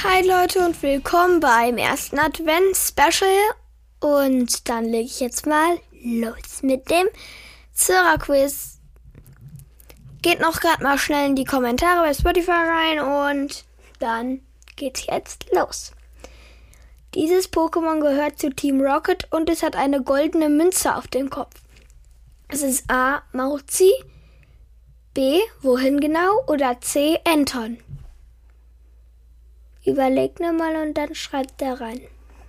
Hi Leute und willkommen beim ersten Advents-Special. Und dann lege ich jetzt mal los mit dem Zora-Quiz. Geht noch gerade mal schnell in die Kommentare bei Spotify rein und dann geht's jetzt los. Dieses Pokémon gehört zu Team Rocket und es hat eine goldene Münze auf dem Kopf. Es ist A. Mauzi, B. Wohin genau oder C. Anton. Überlegt nochmal und dann schreibt da rein.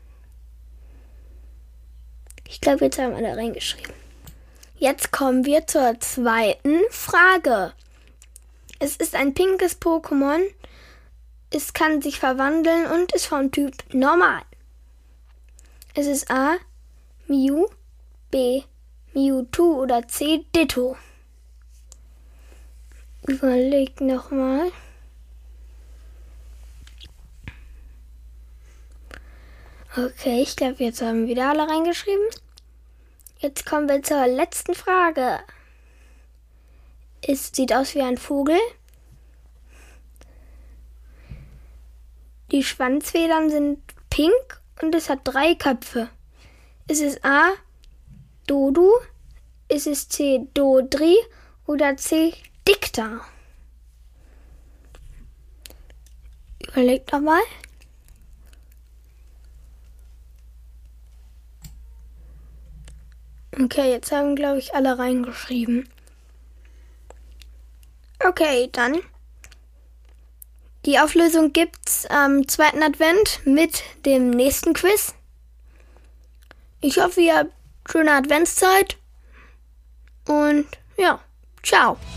Ich glaube, jetzt haben wir da reingeschrieben. Jetzt kommen wir zur zweiten Frage. Es ist ein pinkes Pokémon. Es kann sich verwandeln und ist vom Typ normal. Es ist A. Mew, B. Mewtwo oder C. Ditto. Überlegt nochmal. Okay, ich glaube, jetzt haben wieder alle reingeschrieben. Jetzt kommen wir zur letzten Frage. Es sieht aus wie ein Vogel. Die Schwanzfedern sind pink und es hat 3 Köpfe. Ist es A. Dodu? Ist es C. Dodri? Oder C. Dicta? Überlegt nochmal. Okay, jetzt haben, glaube ich, alle reingeschrieben. Okay, dann. Die Auflösung gibt's am 2. Advent mit dem nächsten Quiz. Ich hoffe, ihr habt schöne Adventszeit. Und ja, ciao.